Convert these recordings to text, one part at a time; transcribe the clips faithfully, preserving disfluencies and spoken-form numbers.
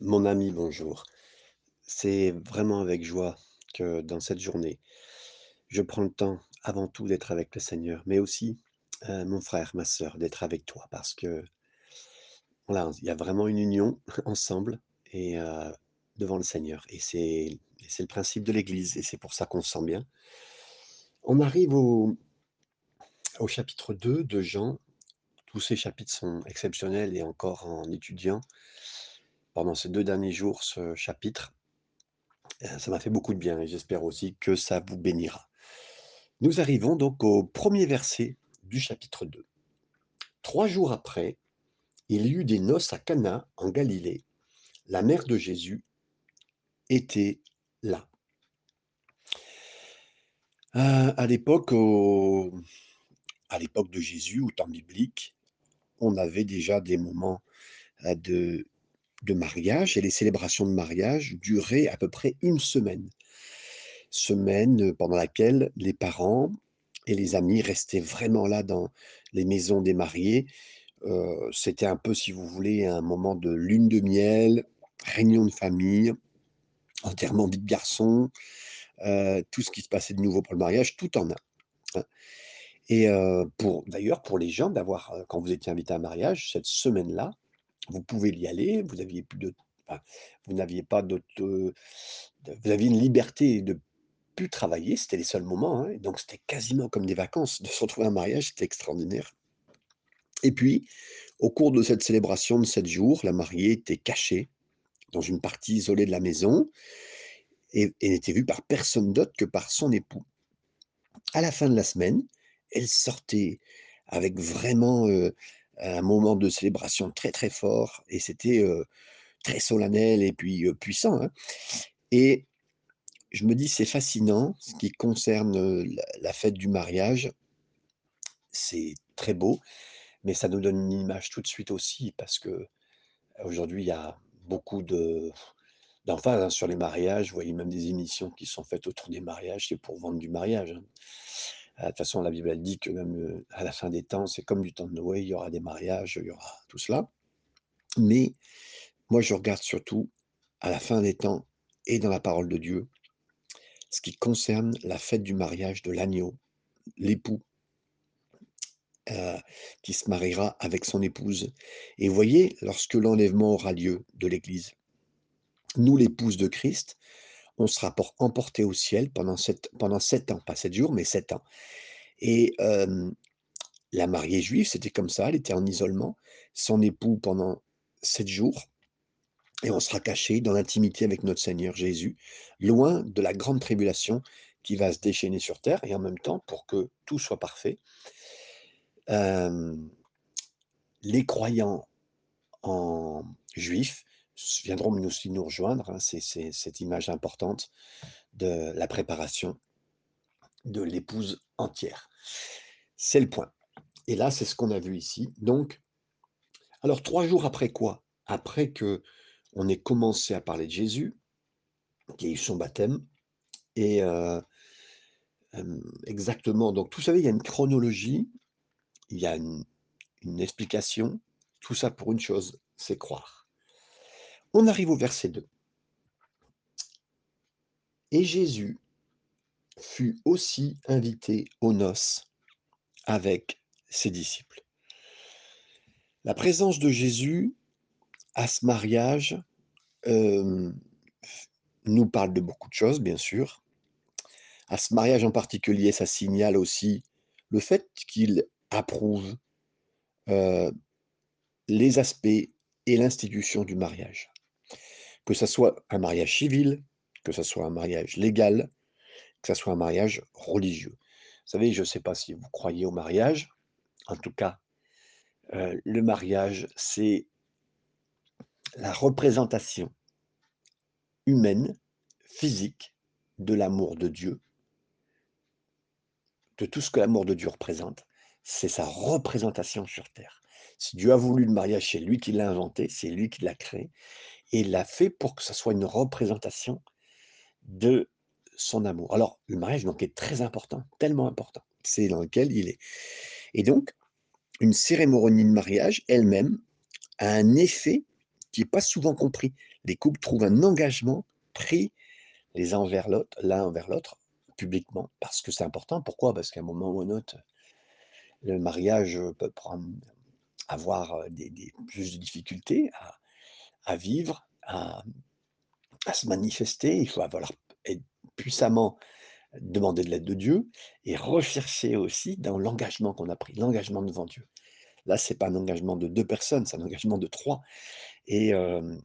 Mon ami, bonjour. C'est vraiment avec joie que dans cette journée, je prends le temps avant tout d'être avec le Seigneur, mais aussi euh, mon frère, ma sœur, d'être avec toi parce que voilà, il y a vraiment une union ensemble et euh, devant le Seigneur. Et c'est et c'est le principe de l'Église et c'est pour ça qu'on se sent bien. On arrive au, au chapitre deux de Jean. Tous ces chapitres sont exceptionnels et encore en étudiant pendant ces deux derniers jours ce chapitre, euh, ça m'a fait beaucoup de bien et j'espère aussi que ça vous bénira. Nous arrivons donc au premier verset du chapitre deux. Trois jours après, il y eut des noces à Cana, en Galilée. La mère de Jésus était là. Euh, à l'époque, au- à l'époque de Jésus, au temps biblique, on avait déjà des moments euh, de, de mariage et les célébrations de mariage duraient à peu près une semaine. Semaine pendant laquelle les parents et les amis restaient vraiment là dans les maisons des mariés. Heu, c'était un peu, si vous voulez, un moment de lune de miel, réunion de famille, enterrement vie de garçon, heu, tout ce qui se passait de nouveau pour le mariage, tout en un, hein. Et heu, pour d'ailleurs, pour les gens d'avoir, heu, quand vous étiez invité à un mariage, cette semaine-là, vous pouvez y aller, vous aviez plus de enfin, vous n'aviez pas d'autre, heu, de vous aviez une liberté de plus travailler, c'était les seuls moments, hein, et donc c'était quasiment comme des vacances. De se retrouver à un mariage, c'était extraordinaire. Et puis, au cours de cette célébration de sept jours, la mariée était cachée dans une partie isolée de la maison et et n'était vue par personne d'autre que par son époux. À la fin de la semaine, elle sortait avec vraiment, heu, un moment de célébration très, très fort et c'était, heu, très solennel et puis, heu, puissant, hein. Et je me dis: «C'est fascinant ce qui concerne, heu, la la fête du mariage, c'est très beau, mais ça nous donne une image tout de suite aussi parce que aujourd'hui il y a beaucoup de d'emphase, hein, sur les mariages. Vous voyez même des émissions qui sont faites autour des mariages, c'est pour vendre du mariage, hein. Heu, de toute façon, la Bible, elle dit que même, heu, à la fin des temps, c'est comme du temps de Noé, il y aura des mariages, il y aura tout cela. Mais moi, je regarde surtout à la fin des temps et dans la parole de Dieu, ce qui concerne la fête du mariage de l'agneau, l'époux, heu, qui se mariera avec son épouse. Et vous voyez, lorsque l'enlèvement aura lieu de l'Église, nous, l'épouse de Christ, on sera por emportés au ciel pendant sept pendant sept ans, pas sept jours, mais sept ans. Et hem, la mariée juive, c'était comme ça, elle était en isolement, son époux pendant sept jours et on sera cachés dans l'intimité avec notre Seigneur Jésus, loin de la grande tribulation qui va se déchaîner sur terre. Et en même temps, pour que tout soit parfait, hem, les croyants en juifs s viendront nous aussi nous rejoindre, hein. C'est c'est cette image importante de la préparation de l'épouse entière. C'est le point. Et là, c'est ce qu'on a vu ici. Donc, alors trois jours après quoi? Après que on ait commencé à parler de Jésus, qui a eu son baptême et heu, hem, exactement, donc vous savez, il y a une chronologie, il y a une une explication, tout ça pour une chose, c'est croire. On arrive au verset deux. «Et Jésus fut aussi invité aux noces avec ses disciples». La présence de Jésus à ce mariage, hem, f nous parle de beaucoup de choses, bien sûr. À ce mariage en particulier, ça signale aussi le fait qu'il approuve, heu, les aspects et l'institution du mariage. Que ça soit un mariage civil, que ça soit un mariage légal, que ça soit un mariage religieux. Vous savez, je ne sais pas si vous croyez au mariage, en tout cas, heu, le mariage, c'est la représentation humaine, physique, de l'amour de Dieu, de tout ce que l'amour de Dieu représente, c'est sa représentation sur terre. Si Dieu a voulu le mariage, c'est lui qui l'a inventé, c'est lui qui l'a créé et il l'a fait pour que ça soit une représentation de son amour. Alors, le mariage donc est très important, tellement important. C'est dans lequel il est. Et donc, une cérémonie de mariage elle-même a un effet qui est pas souvent compris. Les couples trouvent un engagement pris les uns envers l'autre l'un envers l'autre, publiquement, parce que c'est important. Pourquoi? Parce qu'à un moment ou un autre, le mariage, heu, peut prendre avoir, heu, des des plus de difficultés à à vivre, à à se manifester. Il faut avoir être puissamment demander de l'aide de Dieu et rechercher aussi dans l'engagement qu'on a pris, l'engagement devant Dieu. Là, c'est pas un engagement de deux personnes, c'est un engagement de trois et hem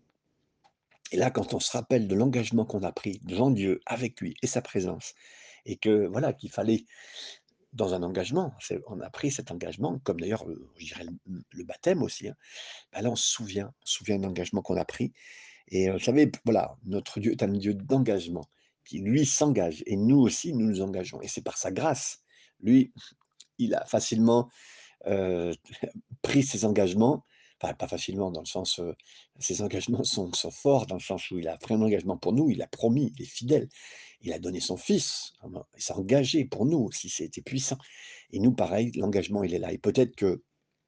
et là, quand on se rappelle de l'engagement qu'on a pris devant Dieu, avec lui et sa présence et que voilà, qu'il fallait dans un engagement, c'est on a pris cet engagement comme d'ailleurs, heu, je dirais le le baptême aussi, hein. Bah, là, on se souvient, on se souvient de l'engagement qu'on a pris et heu, vous savez, p voilà, notre Dieu est un Dieu d'engagement, qui lui s'engage et nous aussi, nous nous engageons et c'est par sa grâce. Lui, il a facilement, heu, pris ses engagements, enfin pas facilement dans le sens, heu, ses engagements sont sont forts dans le sens où il a pris un engagement pour nous, il a promis, il est fidèle. Il a donné son fils, vraiment, il s'est engagé pour nous aussi, c'était puissant et nous pareil, l'engagement il est là et peut-être que,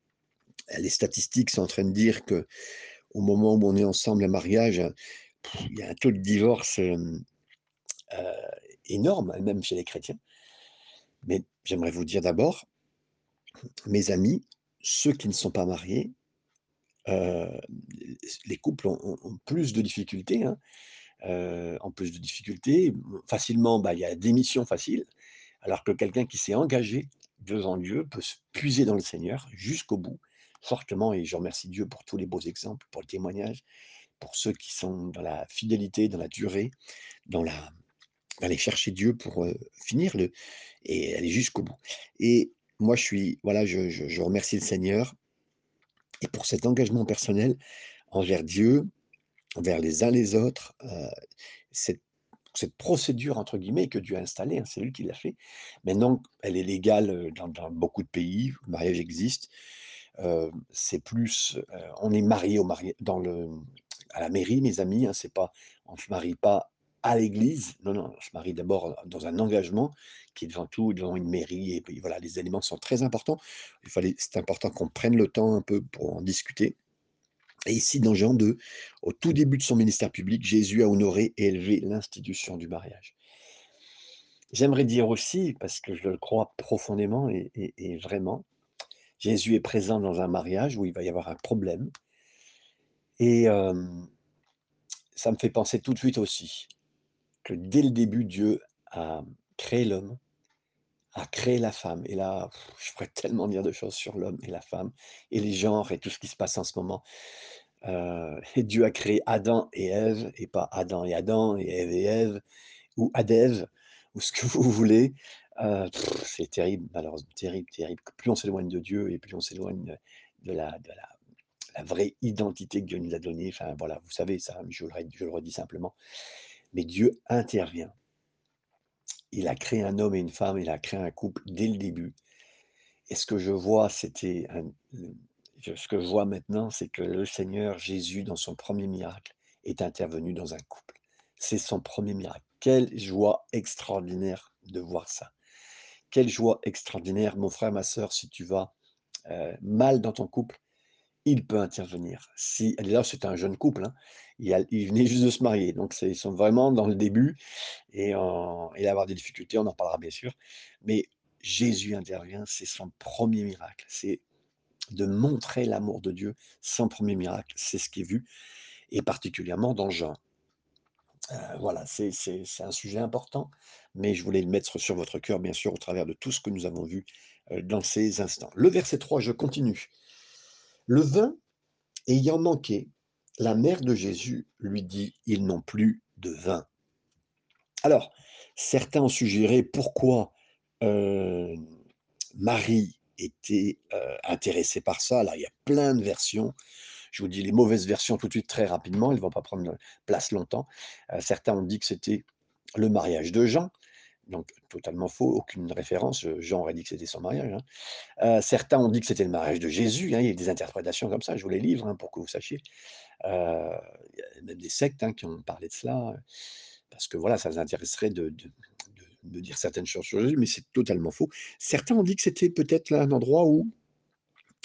les statistiques sont en train de dire que au moment où on est ensemble, un mariage, pff, il y a un taux de divorce, hem, heu, énorme, même chez les chrétiens. Mais j'aimerais vous dire d'abord, mes amis, ceux qui ne sont pas mariés, heu, les couples ont ont ont plus de difficultés, hein, heu, ont plus de difficultés. Mmh, facilement, bah, il y a la démission facile, alors que quelqu'un qui s'est engagé devant Dieu peut se puiser dans le Seigneur jusqu'au bout, fortement et je remercie Dieu pour tous les beaux exemples, pour le témoignage, pour ceux qui sont dans la fidélité, dans la durée, dans la aller chercher Dieu pour, heu, finir le et aller jusqu'au bout et moi je suis voilà, je je je remercie le Seigneur et pour cet engagement personnel envers Dieu, envers les uns les autres, heu, cette cette «procédure» entre guillemets que Dieu a installée, hein, c'est lui qui l'a fait. Maintenant, elle est légale, heu, dans dans beaucoup de pays, le mariage existe. Heu, c'est plus, heu, on est marié au mari dans le à la mairie, mes amis, hein, c'est pas on se marie pas à l'église. Non, non, on se marie d'abord dans un engagement qui est devant tout, devant une mairie et puis voilà, les éléments sont très importants. Il fallait c'est important qu'on prenne le temps un peu pour en discuter et ici, dans Jean deux, au tout début de son ministère public, Jésus a honoré et élevé l'institution du mariage. J'aimerais dire aussi, parce que je le crois profondément et et et vraiment, Jésus est présent dans un mariage où il va y avoir un problème et hem, ça me fait penser tout de suite aussi que dès le début, Dieu a créé l'homme, a créé la femme et là, pff, je pourrais tellement dire de choses sur l'homme et la femme et les genres et tout ce qui se passe en ce moment. Heu et Dieu a créé Adam et Ève et pas Adam et Adam et Ève et Ève ou Adève ou ce que vous voulez. Heu, c'est terrible, malheureusement, terrible, terrible. Plus on s'éloigne de Dieu et plus on s'éloigne de la de la la vraie identité que Dieu nous a donnée. Enfin voilà, vous savez ça, je le ré je le redis simplement. Mais Dieu intervient. Il a créé un homme et une femme, il a créé un couple dès le début et ce que je vois, c'était un mmh, je ce que je vois maintenant, c'est que le Seigneur Jésus, dans son premier miracle, est intervenu dans un couple. C'est son premier miracle. Quelle joie extraordinaire de voir ça. Quelle joie extraordinaire, mon frère, ma sœur, si tu vas, heu, mal dans ton couple, il peut intervenir. Si et d'ailleurs, c'était un jeune couple, hein. Il a il venait juste de se marier, donc c'est ils sont vraiment dans le début et en et avoir des difficultés, on en parlera bien sûr. Mais Jésus intervient, c'est son premier miracle. C'est de montrer l'amour de Dieu, son premier miracle, c'est ce qui est vu et particulièrement dans Jean. Heu, voilà, c'est c'est c'est un sujet important, mais je voulais le mettre sur votre cœur, bien sûr, au travers de tout ce que nous avons vu, heu, dans ces instants. Le verset trois, je continue. Le vin ayant manqué, la mère de Jésus lui dit: «Ils n'ont plus de vin». Alors, certains ont suggéré pourquoi, heu, Marie était, heu, intéressée par ça. Alors, il y a plein de versions. Je vous dis les mauvaises versions tout de suite très rapidement, elles ne vont pas prendre place longtemps. Heu, certains ont dit que c'était le mariage de Jean, donc totalement faux, aucune référence, heu, Jean aurait dit que c'était son mariage, hein. Heu, certains ont dit que c'était le mariage de Jésus, hein, il y a des interprétations comme ça, je vous les livre, hein, pour que vous sachiez. Heu, il y a même des sectes, hein, qui ont parlé de cela, heu, parce que voilà, ça les intéresserait de de de de dire certaines choses sur Jésus, mais c'est totalement faux. Certains ont dit que c'était peut-être là un endroit où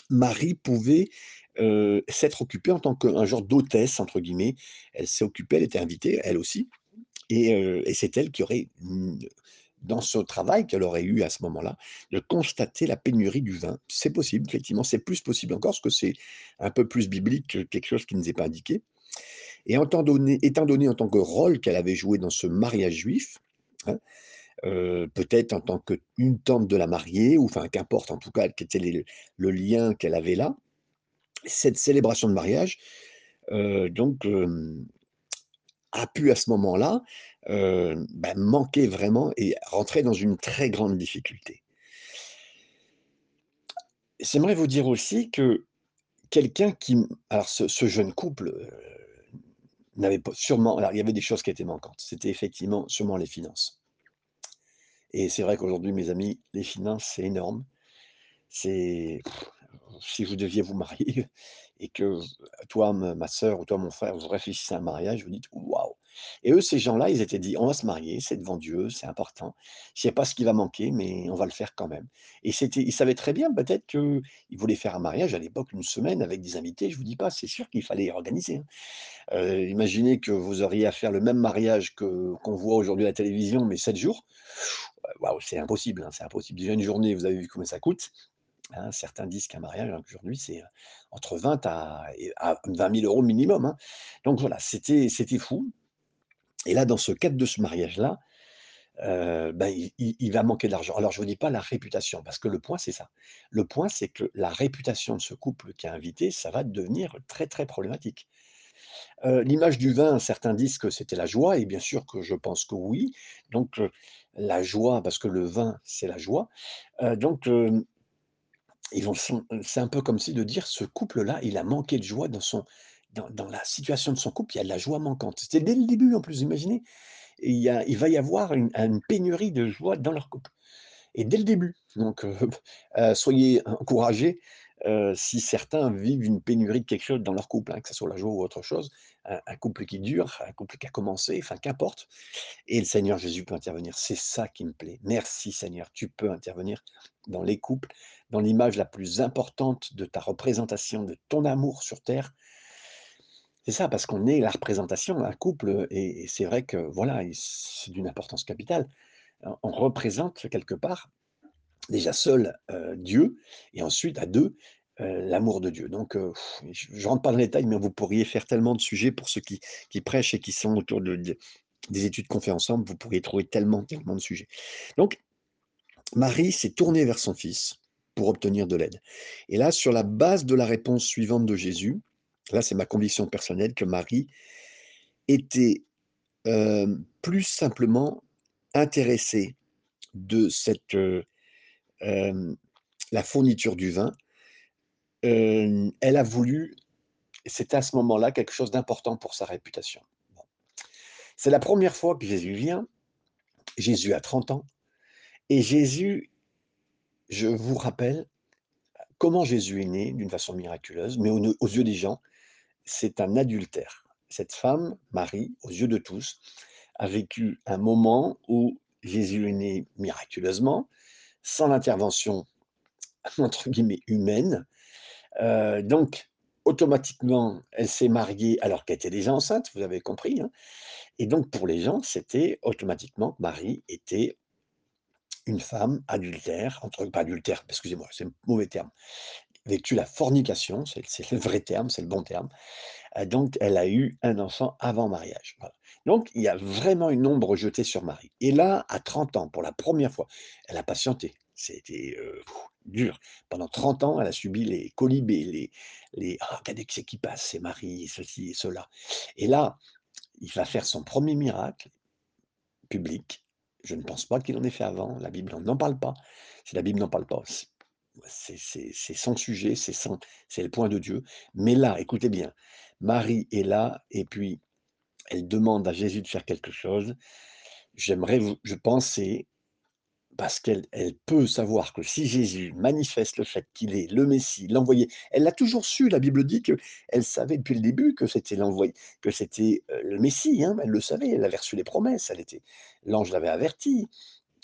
Marie pouvait, heu, s'être occupée en tant qu'un genre «d'hôtesse» entre guillemets. Elle s'est occupée, elle était invitée, elle aussi et heu et c'est elle qui aurait, mmh, dans ce travail qu'elle aurait eu à ce moment-là, de constater la pénurie du vin. C'est possible, effectivement, c'est plus possible encore parce que c'est un peu plus biblique que quelque chose qui ne nous est pas indiqué et en temps donné étant donné en tant que rôle qu'elle avait joué dans ce mariage juif, hein, heu, peut-être en tant qu'une tante de la mariée ou enfin qu'importe en tout cas quel était les le lien qu'elle avait là, cette célébration de mariage, heu, donc hem, a pu à ce moment-là, heu, bah, manquer vraiment et rentrer dans une très grande difficulté. J'aimerais vous dire aussi que quelqu'un qui m alors ce ce jeune couple, heu, n'avait pas sûrement alors il y avait des choses qui étaient manquantes. C'était effectivement sûrement les finances et c'est vrai qu'aujourd'hui mes amis, les finances, c'est énorme. C'est si vous deviez vous marier et que toi, me ma sœur ou toi, mon frère, vous réfléchissez à un mariage, vous dites: «Waouh!» et eux, ces gens-là, ils étaient dit: «On va se marier, c'est devant Dieu, c'est important. Je sais pas ce qui va manquer, mais on va le faire quand même» et c'était ils savaient très bien peut-être qu'ils voulaient faire un mariage à l'époque, une semaine avec des invités, je vous dis pas, c'est sûr qu'il fallait organiser, hein. Heu, imaginez que vous auriez à faire le même mariage que qu'on voit aujourd'hui à la télévision, mais sept jours. Waouh, c'est impossible, hein, c'est impossible. Déjà une journée, vous avez vu combien ça coûte? Hein, certains disent qu'un mariage, hein, aujourd'hui, c'est, heu, entre vingt à et à vingt mille euros minimum, hein. Donc voilà, c'était c'était fou et là, dans ce cadre de ce mariage-là, heu, bah, il il il va manquer d'argent. Alors je vous dis pas la réputation, parce que le point, c'est ça. Le point, c'est que la réputation de ce couple qui est invité, ça va devenir très, très problématique. Heu, l'image du vin, certains disent que c'était la joie et bien sûr que je pense que oui. Donc, heu, la joie, parce que le vin, c'est la joie. Heu, donc, hem Ils vont sont c'est un peu comme si de dire: «Ce couple-là, il a manqué de joie dans son dans dans la situation de son couple, il y a de la joie manquante». C'était dès le début en plus, vous imaginez? Et il y a il va y avoir une une pénurie de joie dans leur couple et dès le début. Donc heu, heu, soyez encouragés, heu, si certains vivent une pénurie de quelque chose dans leur couple, hein, que ça soit la joie ou autre chose. Un un couple qui dure, un couple qui a commencé, enfin qu'importe et le Seigneur Jésus peut intervenir. C'est ça qui me plaît. Merci Seigneur, tu peux intervenir dans les couples, dans l'image la plus importante de ta représentation, de ton amour sur terre. C'est ça, parce qu'on est la représentation, un couple, et, et c'est vrai que voilà, et c'est d'une importance capitale. On on représente quelque part déjà seul euh, Dieu, et ensuite à deux, euh, l'amour de Dieu. Donc, euh, pff, je ne rentre pas dans les détails, mais vous pourriez faire tellement de sujets pour ceux qui, qui prêchent et qui sont autour de, de- des études qu'on fait ensemble, vous pourriez trouver tellement, tellement de sujets. Donc, Marie s'est tournée vers son fils pour obtenir de l'aide. Et là, sur la base de la réponse suivante de Jésus, là, c'est ma conviction personnelle que Marie était euh, plus simplement intéressée de cette, euh, euh, la fourniture du vin. Euh, elle a voulu, c'était à ce moment-là quelque chose d'important pour sa réputation. Bon. C'est la première fois que Jésus vient. Jésus a trente ans. Et Jésus, je vous rappelle comment Jésus est né d'une façon miraculeuse, mais aux, aux yeux des gens, c'est un adultère. Cette femme, Marie, aux yeux de tous, a vécu un moment où Jésus est né miraculeusement, sans l'intervention, entre guillemets, humaine. Euh, donc, automatiquement, elle s'est mariée alors qu'elle était déjà enceinte, vous avez compris, hein. Et donc, pour les gens, c'était automatiquement que Marie était une femme adultère, entre pas adultère, excusez-moi, c'est un mauvais terme, vécu la fornication, c'est c'est le vrai terme, c'est le bon terme. Heu, donc elle a eu un enfant avant mariage, voilà. Donc il y a vraiment une ombre jetée sur Marie et là, à trente ans, pour la première fois, elle a patienté. C'était, heu, dur. Pendant trente ans, elle a subi les colibés, les les: «Ah regardez qui c'est qui passe, c'est Marie, ceci et cela» et là, il va faire son premier miracle public. Je ne pense pas qu'il en ait fait avant, la Bible n'en parle pas. Si la Bible n'en parle pas, c c'est c'est c'est son sujet, c'est son c'est le point de Dieu. Mais là, écoutez bien, Marie est là et puis elle demande à Jésus de faire quelque chose. J'aimerais vous je pensais, parce qu'elle elle peut savoir que si Jésus manifeste le fait qu'il est le Messie, l'envoyé, elle l'a toujours su, la Bible dit qu'elle savait depuis le début que c'était l'envoyé, que c'était, heu, le Messie, hein, elle le savait, elle avait reçu les promesses, elle était l'ange l'avait avertie.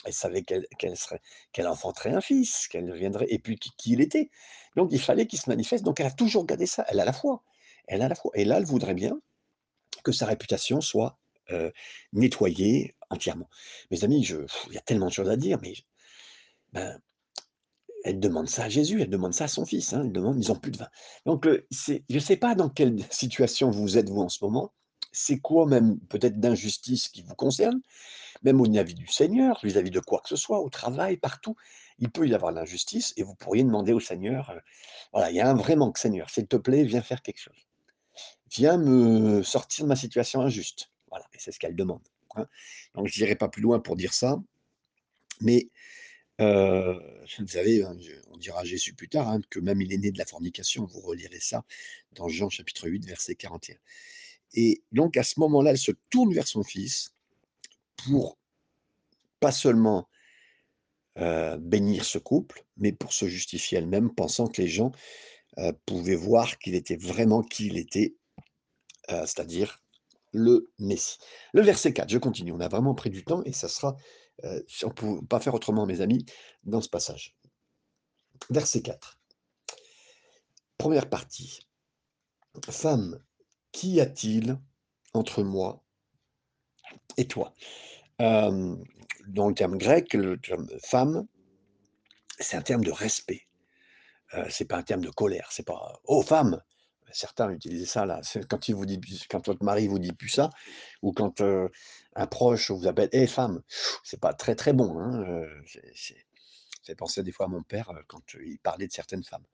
Elle savait qu'elle qu'elle serait qu'elle enfanterait un fils, qu'elle deviendrait et puis qui qui il était. Donc il fallait qu'il se manifeste, donc elle a toujours gardé ça, elle a la foi. Elle a la foi et là, elle voudrait bien que sa réputation soit, heu, nettoyée entièrement. Mes amis, je pff, il y a tellement de choses à dire, mais ben, elle demande ça à Jésus, elle demande ça à son fils, hein, elle demande ils ont plus de vin. Donc heu, c'est je ne sais pas dans quelle situation vous êtes vous en ce moment. C'est quoi même peut-être d'injustice qui vous concerne? Même au vis du Seigneur, vis-à-vis de quoi que ce soit, au travail, partout, il peut y avoir de l'injustice et vous pourriez demander au Seigneur, heu, voilà, il y a un vrai manque, Seigneur, s'il te plaît, viens faire quelque chose. Viens me sortir de ma situation injuste. Voilà, et c'est ce qu'elle demande, hein. Donc je n'irai pas plus loin pour dire ça, mais heu, vous savez, hein, je on dira à Jésus plus tard, hein, que même il est né de la fornication. Vous relirez ça dans Jean chapitre huit, verset quarante et un. Et donc à ce moment-là, elle se tourne vers son fils pour pas seulement heu, bénir ce couple, mais pour se justifier elle-même, pensant que les gens, heu, pouvaient voir qu'il était vraiment qui il était, heu, c'est-à-dire le Messie. Le verset quatre, je continue, on a vraiment pris du temps et ça sera, heu, si on ne peut pas faire autrement mes amis, dans ce passage. Verset quatre, première partie: «Femme, qu'y a-t-il entre moi et toi?» hem, Dans le terme grec, le terme femme, c'est un terme de respect. Heu, c'est pas un terme de colère, c'est pas: «Oh femme!» Certains utilisaient ça là, c'est quand il vous dit plus quand votre mari vous dit plus ça ou quand, heu, un proche vous appelle: «Hé femme!» c'est pas très, très bon, hein, heu, c'est c'est ça fait penser des fois à mon père, heu, quand, heu, il parlait de certaines femmes.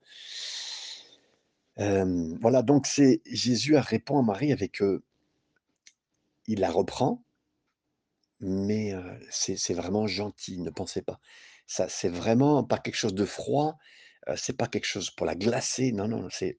Hem, voilà donc c'est Jésus a répond à Marie avec, heu, il la reprend, mais, heu, c'est c'est vraiment gentil, ne pensez pas. Ça c'est vraiment pas quelque chose de froid, heu, c'est pas quelque chose pour la glacer, non, non, c'est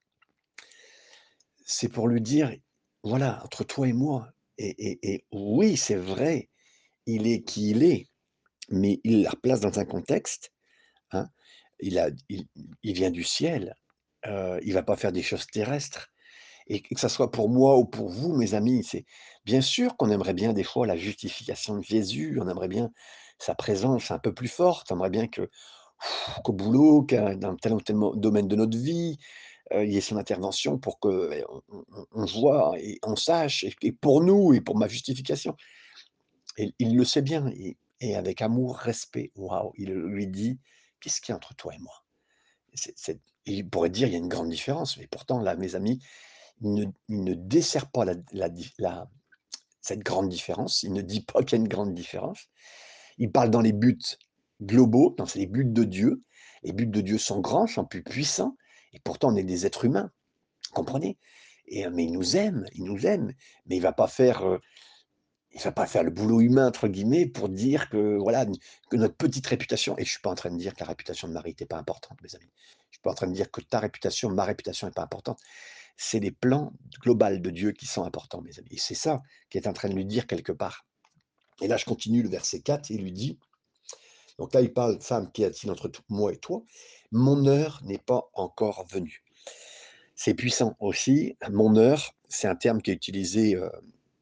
C'est pour lui dire: «Voilà, entre toi et moi» et et et oui, c'est vrai, il est qui il est, mais il la replace dans un contexte, hein. Il a il il vient du ciel, heu, il va pas faire des choses terrestres et que ça soit pour moi ou pour vous, mes amis, c'est bien sûr qu'on aimerait bien des fois la justification de Jésus, on aimerait bien sa présence un peu plus forte, on aimerait bien que qu'au boulot, qu'à dans tel ou tel mo domaine de notre vie, heu, il y ait son intervention pour que, beh, on on on voit et on sache et et pour nous et pour ma justification et il le sait bien et et avec amour, respect, waouh, il lui dit: «Qu'est-ce qu'il y a entre toi et moi?» c'est c'est il pourrait dire: «Il y a une grande différence», mais pourtant là, mes amis, il ne il ne dessert pas la la dif la cette grande différence, il ne dit pas qu'il y a une grande différence. Il parle dans les buts globaux, dans les buts de Dieu. Les buts de Dieu sont grands, sont plus puissants et pourtant on est des êtres humains. Comprenez? Et heu, mais il nous aime, il nous aime, mais il va pas faire, heu, il va pas faire «le boulot humain» entre guillemets pour dire que voilà, que notre petite réputation et je suis pas en train de dire que la réputation de Marie était pas importante, mes amis. Je suis pas en train de dire que ta réputation, ma réputation est pas importante. C'est les plans global de Dieu qui sont importants, mes amis et c'est ça qu'il est en train de lui dire quelque part et là je continue le verset quatre, il lui dit donc là il parle: «Femme, qu'y a-t-il entre t moi et toi? Mon heure n'est pas encore venue». C'est puissant aussi. Mon heure, c'est un terme qui est utilisé, heu,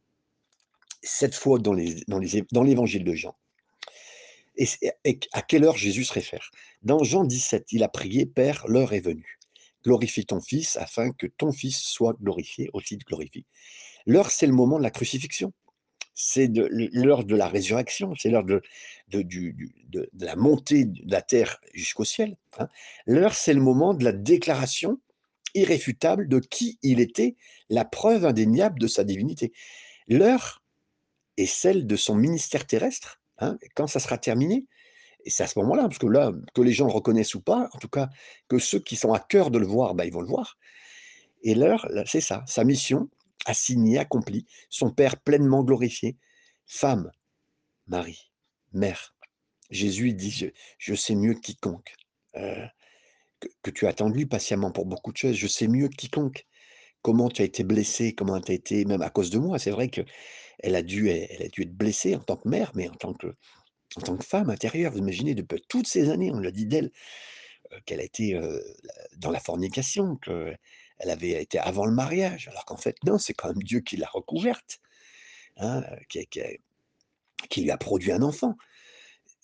sept fois dans les dans les é dans l'évangile de Jean. Et c'est et à quelle heure Jésus se réfère? Dans Jean dix-sept, il a prié: «Père, l'heure est venue. Glorifie ton Fils afin que ton Fils soit glorifié, aussi te glorifie». L'heure, c'est le moment de la crucifixion. C'est de l'heure de la résurrection, c'est l'heure de de du du de de la montée de la terre jusqu'au ciel, hein. L'heure, c'est le moment de la déclaration irréfutable de qui il était, la preuve indéniable de sa divinité. L'heure est celle de son ministère terrestre, hein, quand ça sera terminé et c'est à ce moment-là, parce que là, que les gens le reconnaissent ou pas, en tout cas, que ceux qui sont à cœur de le voir, bah, ils vont le voir et l'heure, là, c'est ça, sa mission assignée, accomplie, son Père pleinement glorifié. Femme, Marie, mère. Jésus il dit: «Je je sais mieux que quiconque, heu, que que tu as attendu patiemment pour beaucoup de choses. Je sais mieux que quiconque comment tu as été blessée, comment tu as été même à cause de moi». C'est vrai qu'elle a dû elle a dû être blessée en tant que mère, mais en tant que en tant que femme intérieure. Vous imaginez depuis toutes ces années, on l'a dit d'elle, heu, qu'elle a été, heu, dans la fornication, qu'elle avait été avant le mariage, alors qu'en fait non, c'est quand même Dieu qui l'a recouverte, hein, qui a qui a qui lui a produit un enfant.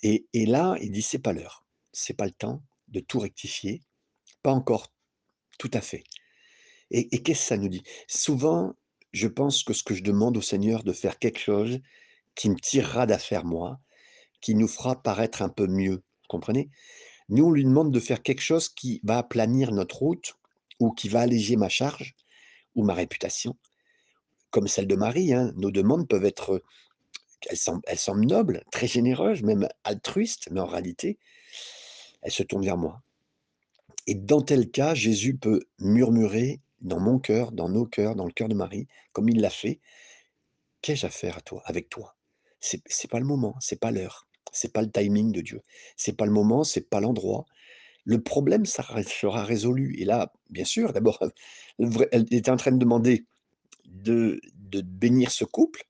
Et et là, il dit: «C'est pas l'heure, c'est pas le temps de tout rectifier, pas encore tout à fait». Et et qu'est-ce que ça nous dit? Souvent, je pense que ce que je demande au Seigneur de faire quelque chose qui me tirera d'affaire moi, qui nous fera paraître un peu mieux, vous comprenez? Nous, on lui demande de faire quelque chose qui va aplanir notre route ou qui va alléger ma charge ou ma réputation, comme celle de Marie, hein. Nos demandes peuvent être, elles semblent elles semblent nobles, très généreuses, même altruistes, mais en réalité, elles se tournent vers moi. Et dans tel cas, Jésus peut murmurer dans mon cœur, dans nos cœurs, dans le cœur de Marie, comme il l'a fait: «Qu'ai-je à faire à toi avec toi? C'est c'est pas le moment, c'est pas l'heure, c'est pas le timing de Dieu. C'est pas le moment, c'est pas l'endroit. Le problème sera sera résolu». Et là, bien sûr, d'abord, le vrai elle était en train de demander de de bénir ce couple,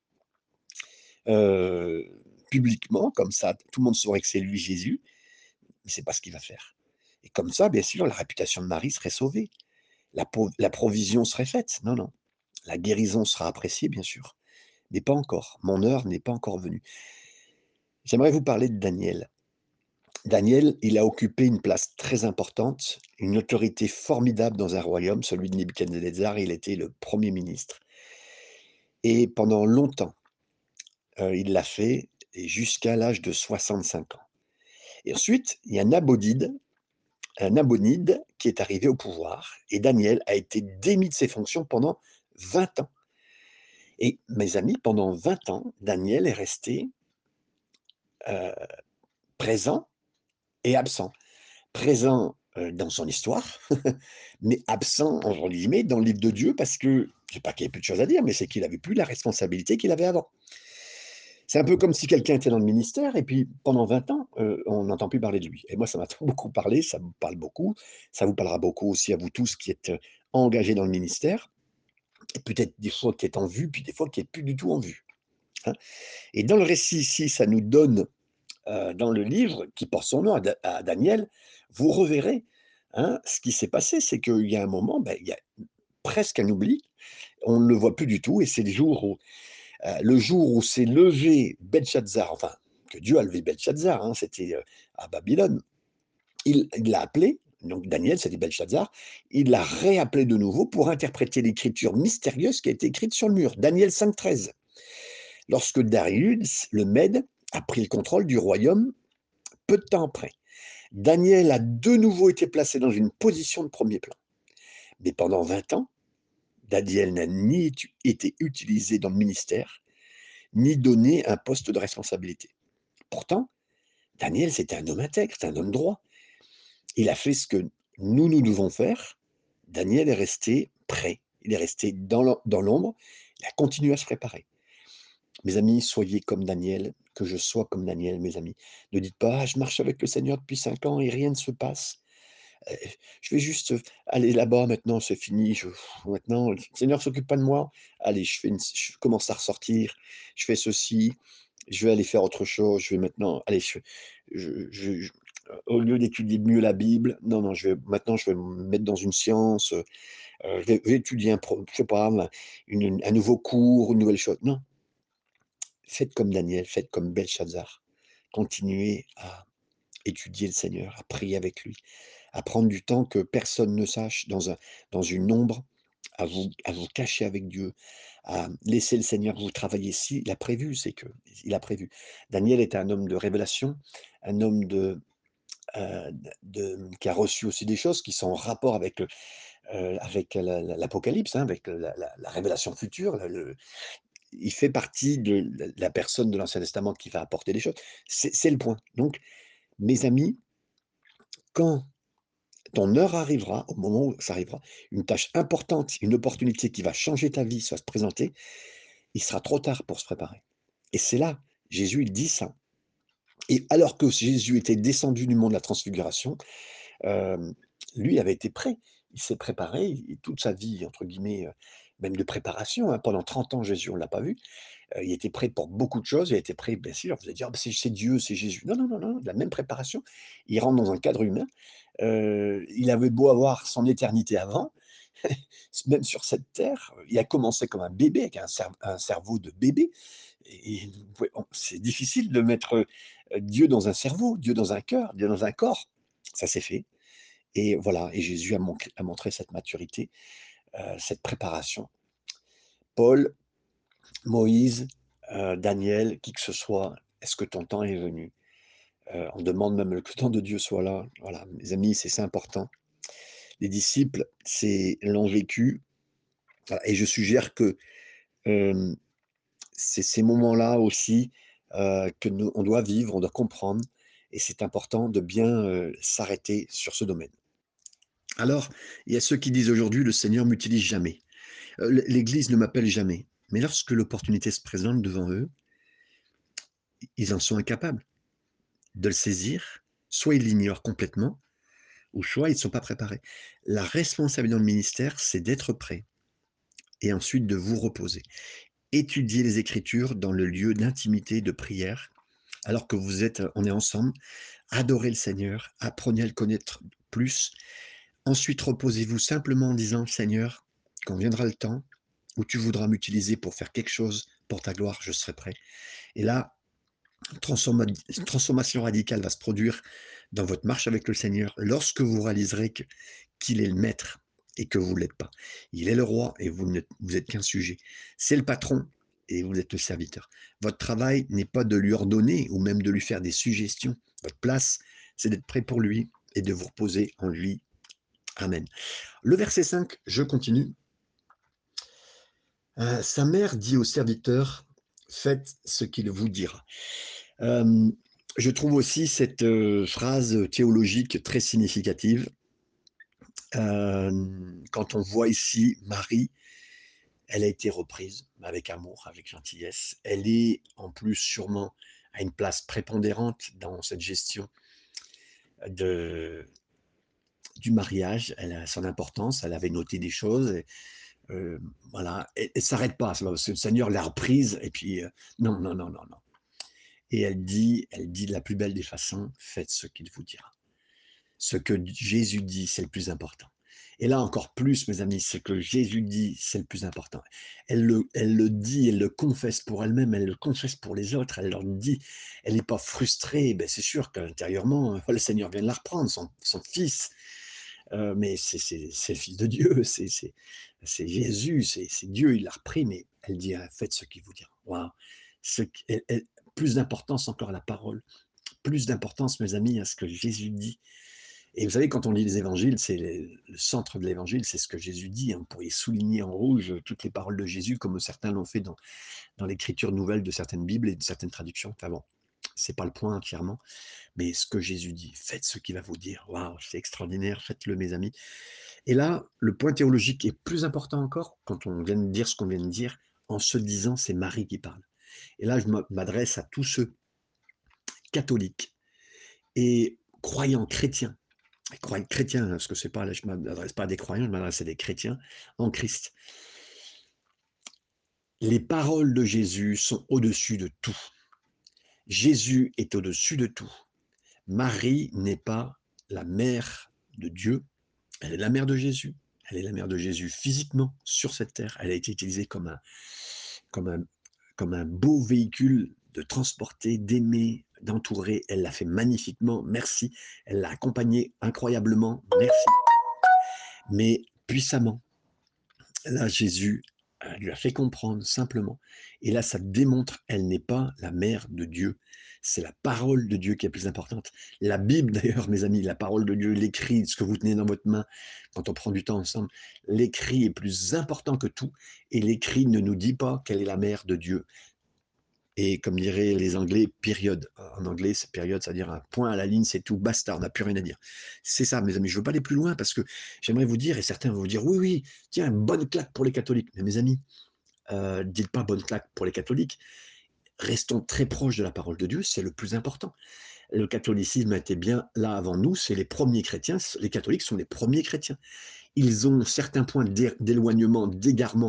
heu, publiquement, comme ça, tout le monde saurait que c'est lui Jésus, mais c'est pas ce qu'il va faire. Et comme ça, bien sûr, la réputation de Marie serait sauvée. La po la provision serait faite. Non, non. La guérison sera appréciée, bien sûr, mais pas encore. Mon heure n'est pas encore venue. J'aimerais vous parler de Daniel. Daniel, il a occupé une place très importante, une autorité formidable dans un royaume, celui de Nebuchadnezzar. Il était le premier ministre et pendant longtemps, heu, il l'a fait et jusqu'à l'âge de soixante-cinq ans. Et ensuite, il y a Nabonide, un Nabonide qui est arrivé au pouvoir et Daniel a été démis de ses fonctions pendant vingt ans. Et mes amis, pendant vingt ans, Daniel est resté, heu, présent et absent. Présent, heu, dans son histoire, mais «absent» entre guillemets dans le livre de Dieu parce que, c'est pas qu'il y ait plus de choses à dire, mais c'est qu'il avait plus la responsabilité qu'il avait avant. C'est un peu comme si quelqu'un était dans le ministère et puis pendant vingt ans, heu, on n'entend plus parler de lui. Et moi, ça m'a beaucoup parlé, ça me parle beaucoup, ça vous parlera beaucoup aussi à vous tous qui êtes, heu, engagés dans le ministère et peut-être des fois qui êtes en vue, puis des fois qui êtes plus du tout en vue, hein. Et dans le récit ici, ça nous donne, heu, dans le livre qui porte son nom à Da à Daniel, vous reverrez, hein, ce qui s'est passé, c'est qu'il y a un moment, ben, il y a presque un oubli, on ne le voit plus du tout et c'est le jour où, heu, le jour où s'est levé Belchazzar, enfin, que Dieu a levé Belchazzar, hein, c'était, heu, à Babylone. Il il l'a appelé, donc Daniel, c'était Belchazzar, il l'a réappelé de nouveau pour interpréter l'écriture mystérieuse qui a été écrite sur le mur, Daniel cinq treize. Lorsque Darius, le Mède, a pris le contrôle du royaume peu de temps après. Daniel a de nouveau été placé dans une position de premier plan. Mais pendant vingt ans, Daniel n'a ni été utilisé dans le ministère, ni donné un poste de responsabilité. Pourtant, Daniel, c'était un homme intègre, c'était un homme droit. Il a fait ce que nous, nous devons faire. Daniel est resté prêt. Il est resté dans l'ombre. Il a continué à se préparer. Mes amis, soyez comme Daniel, que je sois comme Daniel, mes amis. Ne dites pas: «Ah, je marche avec le Seigneur depuis cinq ans et rien ne se passe. Heu, je vais juste, aller là-bas maintenant, c'est fini, je maintenant le Seigneur s'occupe pas de moi. Allez, je fais une je commence à ressortir, je fais ceci, je vais aller faire autre chose, je vais maintenant allez, je je je je au lieu d'étudier mieux la Bible, non, non, je vais maintenant je vais me mettre dans une science, heu heu, je vais je vais étudier un pro je sais pas moi, une une un nouveau cours, une nouvelle chose». Non, faites comme Daniel, faites comme Belchazzar. Continuez à étudier le Seigneur, à prier avec lui, à prendre du temps que personne ne sache dans un dans une ombre, à vous à vous cacher avec Dieu, à laisser le Seigneur vous travailler. S'il a prévu, c'est que il a prévu. Daniel était un homme de révélation, un homme de, heu, de qui a reçu aussi des choses qui sont en rapport avec, heu, avec la la l'Apocalypse, hein, avec la la la révélation future, le le il fait partie de la la personne de l'Ancien Testament qui va apporter des choses. C'est c'est le point. Donc mes amis, quand ton heure arrivera, au moment où ça arrivera, une tâche importante, une opportunité qui va changer ta vie va se présenter, il sera trop tard pour se préparer. Et c'est là, Jésus, il dit ça. Et alors que Jésus était descendu du monde de la transfiguration, hem, lui avait été prêt. Il s'est préparé et toute sa vie, entre guillemets, heu, même de préparation, hein, pendant trente ans, Jésus, on ne l'a pas vu. Heu, il était prêt pour beaucoup de choses, il était prêt, bien sûr, vous allez dire: «Ah bah, c'est c'est Dieu, c'est Jésus». Non, non, non, non, la même préparation. Il rentre dans un cadre humain. Heu, il avait beau avoir son éternité avant, même sur cette terre, il a commencé comme un bébé, avec un cerv un cerveau de bébé et et vous pouvez on c'est difficile de mettre, heu, Dieu dans un cerveau, Dieu dans un cœur, Dieu dans un corps. Ça s'est fait et voilà et Jésus a montré a montré cette maturité, heu, cette préparation. Paul, Moïse, heu, Daniel, qui que ce soit, est-ce que ton temps est venu? Heu, on demande même que le temps de Dieu soit là. Voilà, mes amis, c'est ça important. Les disciples, c'est l'ont vécu, voilà et je suggère que, hem, c'est ces moments-là aussi, heu, que nous on doit vivre, on doit comprendre et c'est important de bien, heu, s'arrêter sur ce domaine. Alors, il y a ceux qui disent aujourd'hui: «Le Seigneur m'utilise jamais, heu, l'é l'Église ne m'appelle jamais». Mais lorsque l'opportunité se présente devant eux, ils en sont incapables de le saisir. Soit ils l'ignorent complètement ou soit ils ne sont pas préparés. La responsabilité dans le ministère, c'est d'être prêt et ensuite de vous reposer. Étudiez les Écritures dans le lieu d'intimité, de prière, alors que vous êtes, on est ensemble. Adorez le Seigneur, apprenez à le connaître plus. Ensuite, reposez-vous simplement en disant: «Seigneur, quand viendra le temps où tu voudras m'utiliser pour faire quelque chose pour ta gloire, je serai prêt». Et là, transforma transformation radicale va se produire dans votre marche avec le Seigneur lorsque vous réaliserez que qu'il est le maître et que vous ne l'êtes pas. Il est le roi et vous n'êtes vous êtes qu'un sujet. C'est le patron et vous êtes le serviteur. Votre travail n'est pas de lui ordonner ou même de lui faire des suggestions. Votre place, c'est d'être prêt pour lui et de vous reposer en lui. Amen. Le verset cinq, je continue. Heu, sa mère dit au serviteur: «Faites ce qu'il vous dira». Hem, je trouve aussi cette, heu, phrase théologique très significative. Hem, quand on voit ici Marie, elle a été reprise avec amour, avec gentillesse. Elle est en plus sûrement à une place prépondérante dans cette gestion de du mariage. Elle a son importance, elle avait noté des choses et heu, voilà, elle elle s'arrête pas. C'est pas parce que le Seigneur l'a reprise et puis, heu, non, non, non, non, non et elle dit elle dit de la plus belle des façons: «Faites ce qu'il vous dira». Ce que Jésus dit, c'est le plus important. Et là encore plus, mes amis, ce que Jésus dit, c'est le plus important. Elle le, elle le dit, elle le confesse pour elle-même, elle le confesse pour les autres, elle leur dit, elle n'est pas frustrée. Ben, c'est sûr qu'intérieurement, le Seigneur vient de la reprendre, son, son fils, euh, mais c'est c'est- c'est le fils de Dieu, c'est c'est- c'est Jésus, c'est c'est Dieu, il l'a repris, mais elle dit, ah, faites ce qu'il vous dira. Waouh. Ce qui- elle- elle- plus d'importance encore à la parole, plus d'importance, mes amis, à ce que Jésus dit et vous savez, quand on lit les évangiles, c'est le le centre de l'évangile, c'est ce que Jésus dit, hein. Vous pourriez souligner en rouge, heu, toutes les paroles de Jésus comme certains l'ont fait dans dans l'écriture nouvelle de certaines bibles et de certaines traductions. Enfin bon, c'est pas le point entièrement, mais ce que Jésus dit: «Faites ce qu'il va vous dire». Waouh, c'est extraordinaire, faites-le mes amis et là, le point théologique est plus important encore quand on vient de dire ce qu'on vient de dire, en se disant: «C'est Marie qui parle» et là, je m'a m'adresse à tous ceux catholiques et croyants chrétiens. Croyants chrétiens, hein, parce que c'est pas là, je m'adresse pas à des croyants, je m'adresse à des chrétiens en Christ. Les paroles de Jésus sont au-dessus de tout. Jésus est au-dessus de tout. Marie n'est pas la mère de Dieu, elle est la mère de Jésus. Elle est la mère de Jésus physiquement sur cette terre. Elle a été utilisée comme un, comme un, comme un beau véhicule de transporter, d'aimer, d'entourer. Elle l'a fait magnifiquement, merci. Elle l'a accompagné incroyablement, merci. Mais puissamment, là, Jésus euh, lui a fait comprendre simplement. Et là, ça démontre, elle n'est pas la mère de Dieu. C'est la parole de Dieu qui est plus importante. La Bible, d'ailleurs, mes amis, la parole de Dieu, l'écrit, ce que vous tenez dans votre main, quand on prend du temps ensemble, l'écrit est plus important que tout. Et l'écrit ne nous dit pas qu'elle est la mère de Dieu. Et comme diraient les Anglais, période. En anglais, c'est période, c'est-à-dire un point à la ligne, c'est tout, basta, on n'a plus rien à dire. C'est ça, mes amis. Je ne veux pas aller plus loin parce que j'aimerais vous dire, et certains vont vous dire, oui, oui, tiens, bonne claque pour les catholiques. Mais mes amis, euh, dites pas bonne claque pour les catholiques. Restons très proches de la parole de Dieu, c'est le plus important. Le catholicisme était bien là avant nous, c'est les premiers chrétiens, les catholiques sont les premiers chrétiens. Ils ont certains points d'éloignement, d'égarement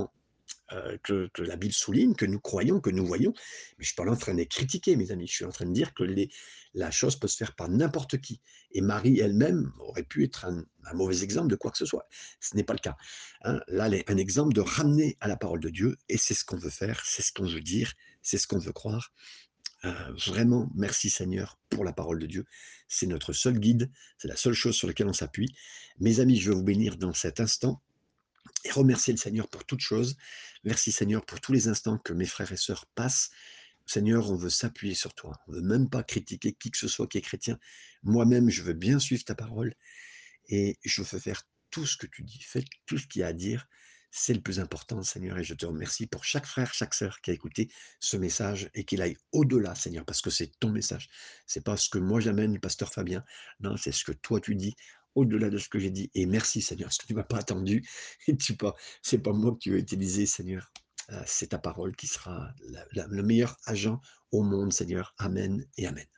heu, que que la Bible souligne, que nous croyons, que nous voyons. Mais je suis pas là en train de les critiquer, mes amis. Je suis en train de dire que les la chose peut se faire par n'importe qui. Et Marie elle-même aurait pu être un un mauvais exemple de quoi que ce soit. Ce n'est pas le cas, hein. Là, elle est un exemple de ramener à la parole de Dieu et c'est ce qu'on veut faire, c'est ce qu'on veut dire, c'est ce qu'on veut croire. Heu, vraiment, merci Seigneur pour la parole de Dieu. C'est notre seul guide, c'est la seule chose sur laquelle on s'appuie. Mes amis, je veux vous bénir dans cet instant et remercier le Seigneur pour toutes choses. Merci Seigneur pour tous les instants que mes frères et sœurs passent. Seigneur, on veut s'appuyer sur toi. On veut même pas critiquer qui que ce soit qui est chrétien. Moi-même, je veux bien suivre ta parole et je veux faire tout ce que tu dis. Fais tout ce qu'il y a à dire. C'est le plus important, Seigneur, et je te remercie pour chaque frère, chaque sœur qui a écouté ce message et qu'il aille au-delà, Seigneur, parce que c'est ton message. C'est pas ce que moi j'amène, le pasteur Fabien. Non, c'est ce que toi tu dis, au-delà de ce que j'ai dit. Et merci, Seigneur, parce que tu m'as pas attendu et tu pas, c'est pas moi que tu as utilisé, Seigneur. Euh, C'est ta parole qui sera la- la- le meilleur agent au monde, Seigneur. Amen et Amen.